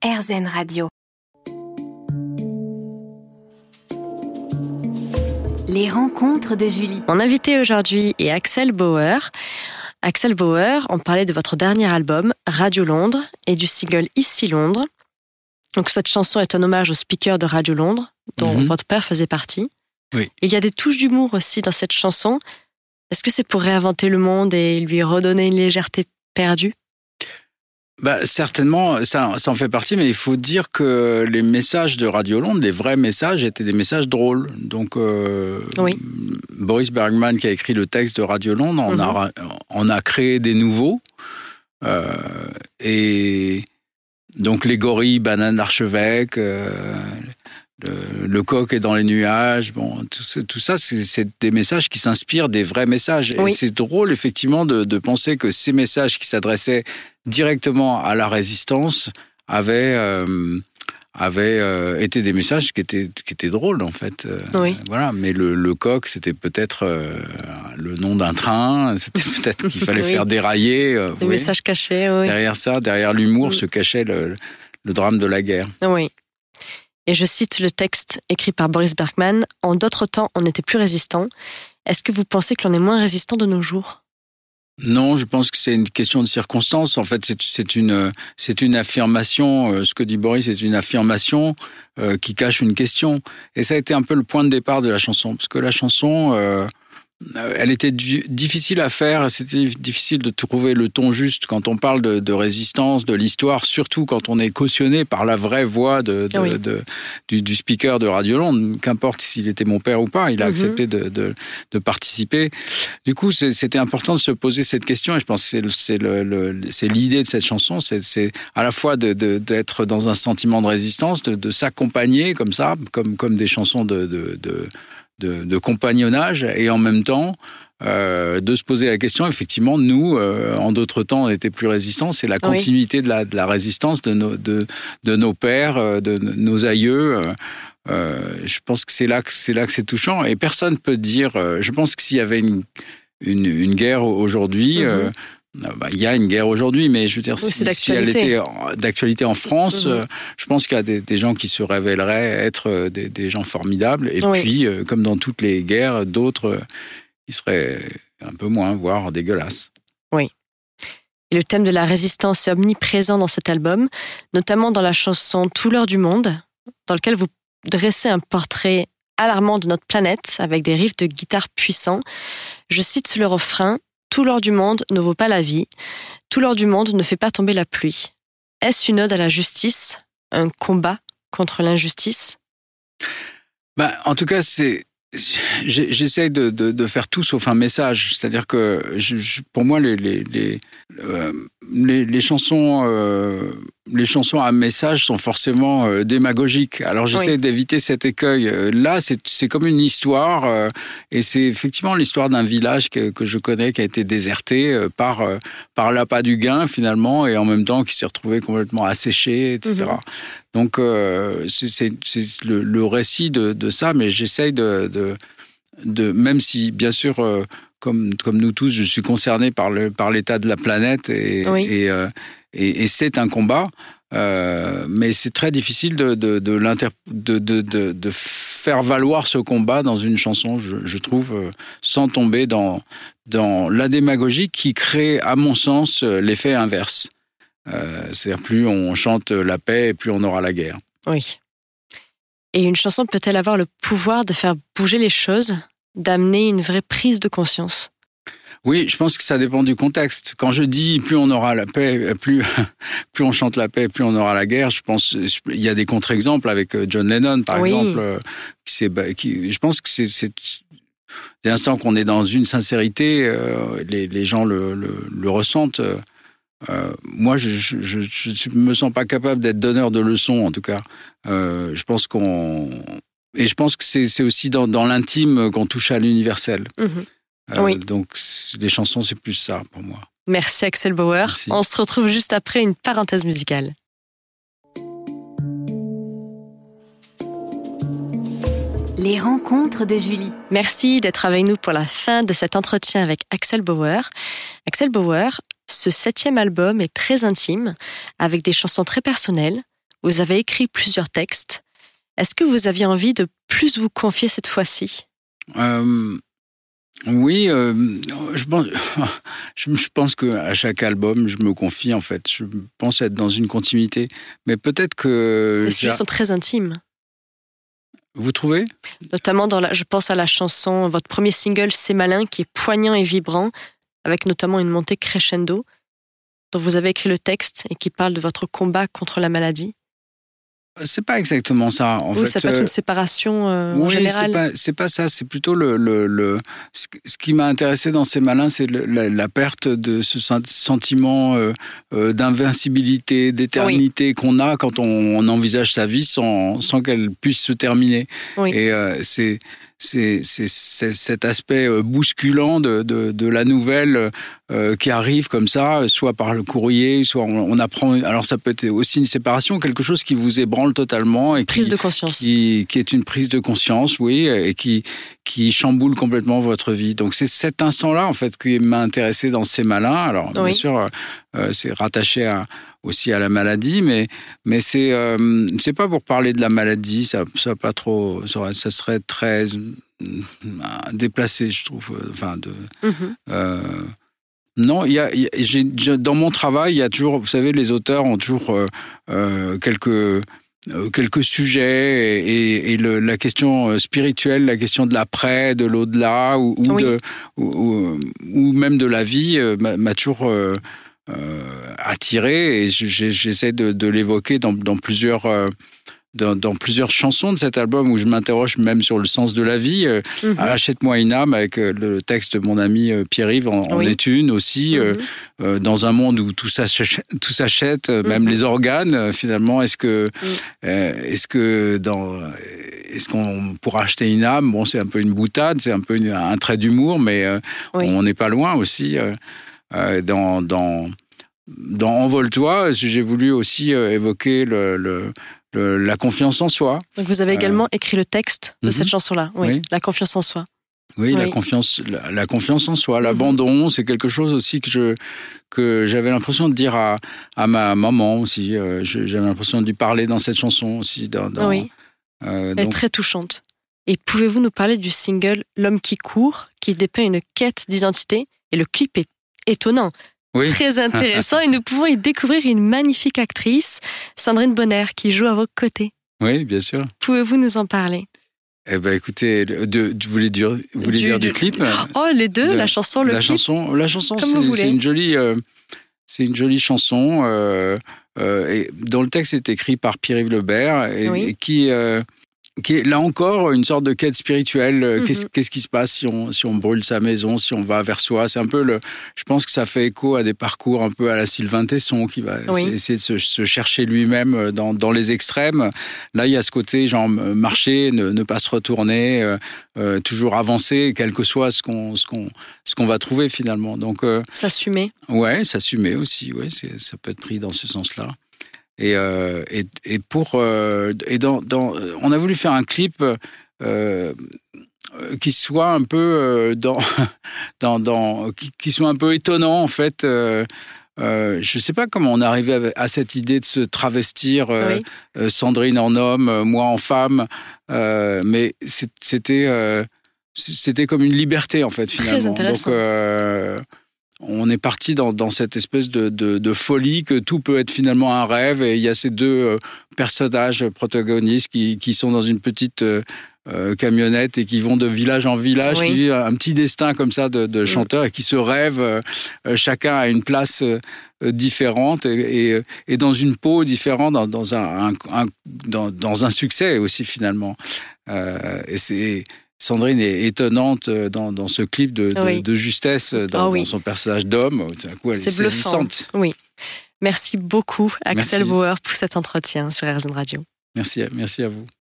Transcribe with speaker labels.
Speaker 1: RZN Radio. Les rencontres de Julie.
Speaker 2: Mon invité aujourd'hui est Axel Bauer. Axel Bauer, on parlait de votre dernier album, Radio Londres, et du single Ici Londres. Donc cette chanson est un hommage au speaker de Radio Londres, dont votre père faisait partie.
Speaker 3: Oui.
Speaker 2: Il y a des touches d'humour aussi dans cette chanson. Est-ce que c'est pour réinventer le monde et lui redonner une légèreté perdue ?
Speaker 3: Certainement, ça en fait partie, mais il faut dire que les messages de Radio Londres, les vrais messages, étaient des messages drôles. Donc, Boris Bergman, qui a écrit le texte de Radio Londres, on a créé des nouveaux. Et donc, les gorilles, Banane d'Archevêque, le coq est dans les nuages, tout ça, c'est des messages qui s'inspirent des vrais messages.
Speaker 2: Oui.
Speaker 3: Et c'est drôle, effectivement, de penser que ces messages qui s'adressaient directement à la résistance avaient été des messages qui étaient drôles, en fait.
Speaker 2: Oui.
Speaker 3: Voilà. Mais le coq, c'était peut-être le nom d'un train, c'était peut-être qu'il fallait faire dérailler.
Speaker 2: Des messages cachés, oui.
Speaker 3: Derrière ça, derrière l'humour, se cachait le drame de la guerre.
Speaker 2: Oui. Et je cite le texte écrit par Boris Bergman. « En d'autres temps, on était plus résistant. Est-ce que vous pensez que l'on est moins résistant de nos jours ?»
Speaker 3: Non, je pense que c'est une question de circonstance. En fait, c'est une affirmation. Ce que dit Boris, c'est une affirmation qui cache une question. Et ça a été un peu le point de départ de la chanson, parce que la chanson, elle était difficile à faire. C'était difficile de trouver le ton juste quand on parle de résistance, de l'histoire, surtout quand on est cautionné par la vraie voix du speaker de Radio Londres. Qu'importe s'il était mon père ou pas, il a accepté de participer. Du coup, c'était important de se poser cette question. Et je pense que c'est l'idée de cette chanson. C'est à la fois d'être dans un sentiment de résistance, de s'accompagner comme ça, comme des chansons de compagnonnage, et en même temps de se poser la question, effectivement, nous, en d'autres temps, on était plus résistants, c'est la continuité de la résistance de nos pères, de nos aïeux. Je pense que c'est là que c'est touchant, et personne peut dire, je pense que s'il y avait une guerre aujourd'hui, il y a une guerre aujourd'hui, mais je veux dire, si elle était d'actualité en France, je pense qu'il y a des gens qui se révéleraient être des gens formidables. Et puis, comme dans toutes les guerres, d'autres qui seraient un peu moins, voire dégueulasses.
Speaker 2: Oui. Et le thème de la résistance est omniprésent dans cet album, notamment dans la chanson « Tout l'heure du monde », dans lequel vous dressez un portrait alarmant de notre planète avec des riffs de guitare puissants. Je cite le refrain: « Tout l'or du monde ne vaut pas la vie. Tout l'or du monde ne fait pas tomber la pluie. » Est-ce une ode à la justice, un combat contre l'injustice ?
Speaker 3: En tout cas, j'essaie de faire tout sauf un message. C'est-à-dire que pour moi, les chansons à message sont forcément démagogiques. Alors j'essaie d'éviter cet écueil. Là, c'est comme une histoire, et c'est effectivement l'histoire d'un village que je connais, qui a été déserté par l'appât du gain finalement, et en même temps qui s'est retrouvé complètement asséché, etc. Donc c'est le récit de ça, mais j'essaye de même si bien sûr comme nous tous, je suis concerné par l'état de la planète, et c'est un combat, mais c'est très difficile de faire valoir ce combat dans une chanson, je trouve, sans tomber dans la démagogie qui crée, à mon sens, l'effet inverse. C'est-à-dire, plus on chante la paix, plus on aura la guerre.
Speaker 2: Oui. Et une chanson peut-elle avoir le pouvoir de faire bouger les choses, d'amener une vraie prise de conscience ?
Speaker 3: Oui, je pense que ça dépend du contexte. Quand je dis plus on aura la paix, plus on chante la paix, plus on aura la guerre, je pense il y a des contre-exemples avec John Lennon, par exemple, je pense que c'est dès l'instant qu'on est dans une sincérité, les gens le ressentent. Moi, je me sens pas capable d'être donneur de leçons, en tout cas. Je pense que c'est aussi dans l'intime qu'on touche à l'universel. Donc, les chansons, c'est plus ça pour moi.
Speaker 2: Merci Axel Bauer.
Speaker 3: Merci.
Speaker 2: On se retrouve juste après une parenthèse musicale.
Speaker 1: Les rencontres de Julie.
Speaker 2: Merci d'être avec nous pour la fin de cet entretien avec Axel Bauer. Axel Bauer, ce 7e album est très intime, avec des chansons très personnelles. Vous avez écrit plusieurs textes. Est-ce que vous aviez envie de plus vous confier cette fois-ci ?
Speaker 3: Oui, je pense qu'à chaque album, je me confie, en fait. Je pense être dans une continuité. Mais peut-être que...
Speaker 2: Les sujets sont très intimes.
Speaker 3: Vous trouvez ?
Speaker 2: Notamment, je pense à la chanson, votre premier single, C'est malin, qui est poignant et vibrant, avec notamment une montée crescendo, dont vous avez écrit le texte et qui parle de votre combat contre la maladie.
Speaker 3: C'est pas exactement ça. En fait,
Speaker 2: ça peut être une séparation en général.
Speaker 3: C'est pas ça. C'est plutôt ce qui m'a intéressé dans ces malins, c'est la perte de ce sentiment d'invincibilité, d'éternité qu'on a quand on envisage sa vie sans qu'elle puisse se terminer.
Speaker 2: Oui.
Speaker 3: Et c'est cet aspect bousculant de la nouvelle qui arrive comme ça, soit par le courrier, soit on apprend. Alors ça peut être aussi une séparation, quelque chose qui vous ébranle totalement et
Speaker 2: prise de conscience,
Speaker 3: qui est une prise de conscience, oui, et qui chamboule complètement votre vie. Donc c'est cet instant-là en fait qui m'a intéressé dans Ces malins. Alors bien sûr, c'est rattaché aussi à la maladie, mais c'est pas pour parler de la maladie, ça pas trop, ça serait très déplacé, je trouve. Enfin non, dans mon travail, il y a toujours, vous savez, les auteurs ont toujours quelques sujets et la question spirituelle, la question de l'après, de l'au-delà ou même de la vie m'a toujours attiré et j'essaie de l'évoquer dans plusieurs chansons de cet album où je m'interroge même sur le sens de la vie. Achète-moi une âme avec le texte de mon ami Pierre-Yves en est une aussi. Dans un monde où tout s'achète, même les organes, finalement, est-ce qu'on pourra acheter une âme ? Bon, c'est un peu une boutade, c'est un peu un trait d'humour, mais on n'est pas loin aussi. Dans Envole-toi, j'ai voulu aussi évoquer la confiance en soi.
Speaker 2: Donc vous avez également écrit le texte de cette chanson-là, oui. La confiance en soi.
Speaker 3: Oui, la confiance en soi, l'abandon, c'est quelque chose aussi que j'avais l'impression de dire à ma maman aussi. J'avais l'impression de lui parler dans cette chanson aussi.
Speaker 2: Elle est très touchante. Et pouvez-vous nous parler du single L'homme qui court, qui dépeint une quête d'identité, et le clip est étonnant. Oui. Très intéressant, et nous pouvons y découvrir une magnifique actrice, Sandrine Bonner, qui joue à vos côtés.
Speaker 3: Oui, bien sûr.
Speaker 2: Pouvez-vous nous en parler ?
Speaker 3: Eh ben, écoutez, vous voulez dire du clip ?
Speaker 2: Oh, les deux, la chanson, le clip.
Speaker 3: La chanson, c'est une jolie chanson et dont le texte est écrit par Pierre-Yves Lebert et qui est là encore une sorte de quête spirituelle. Qu'est-ce qui se passe si on brûle sa maison, si on va vers soi ? C'est un peu je pense que ça fait écho à des parcours un peu à la Sylvain Tesson qui va essayer de se chercher lui-même dans les extrêmes. Là, il y a ce côté genre marcher, ne pas se retourner, toujours avancer, quel que soit ce qu'on va trouver finalement. Donc
Speaker 2: s'assumer.
Speaker 3: Ouais, s'assumer aussi. Ouais, ça peut être pris dans ce sens-là. Et on a voulu faire un clip qui soit un peu qui soit un peu étonnant en fait. Je sais pas comment on est arrivé à cette idée de se travestir, Sandrine en homme, moi en femme, mais c'était comme une liberté en fait finalement.
Speaker 2: Très intéressant.
Speaker 3: Donc on est parti dans cette espèce de folie que tout peut être finalement un rêve, et il y a ces deux personnages protagonistes qui sont dans une petite camionnette et qui vont de village en village, qui vivent un petit destin comme ça de chanteurs et qui se rêvent chacun à une place différente et dans une peau différente, dans un succès aussi finalement. Et Sandrine est étonnante dans ce clip de justesse, dans son personnage d'homme. Tout à coup, elle est saisissante.
Speaker 2: Oui. Merci beaucoup, Axel Bauer, pour cet entretien sur RZN Radio.
Speaker 3: Merci à vous.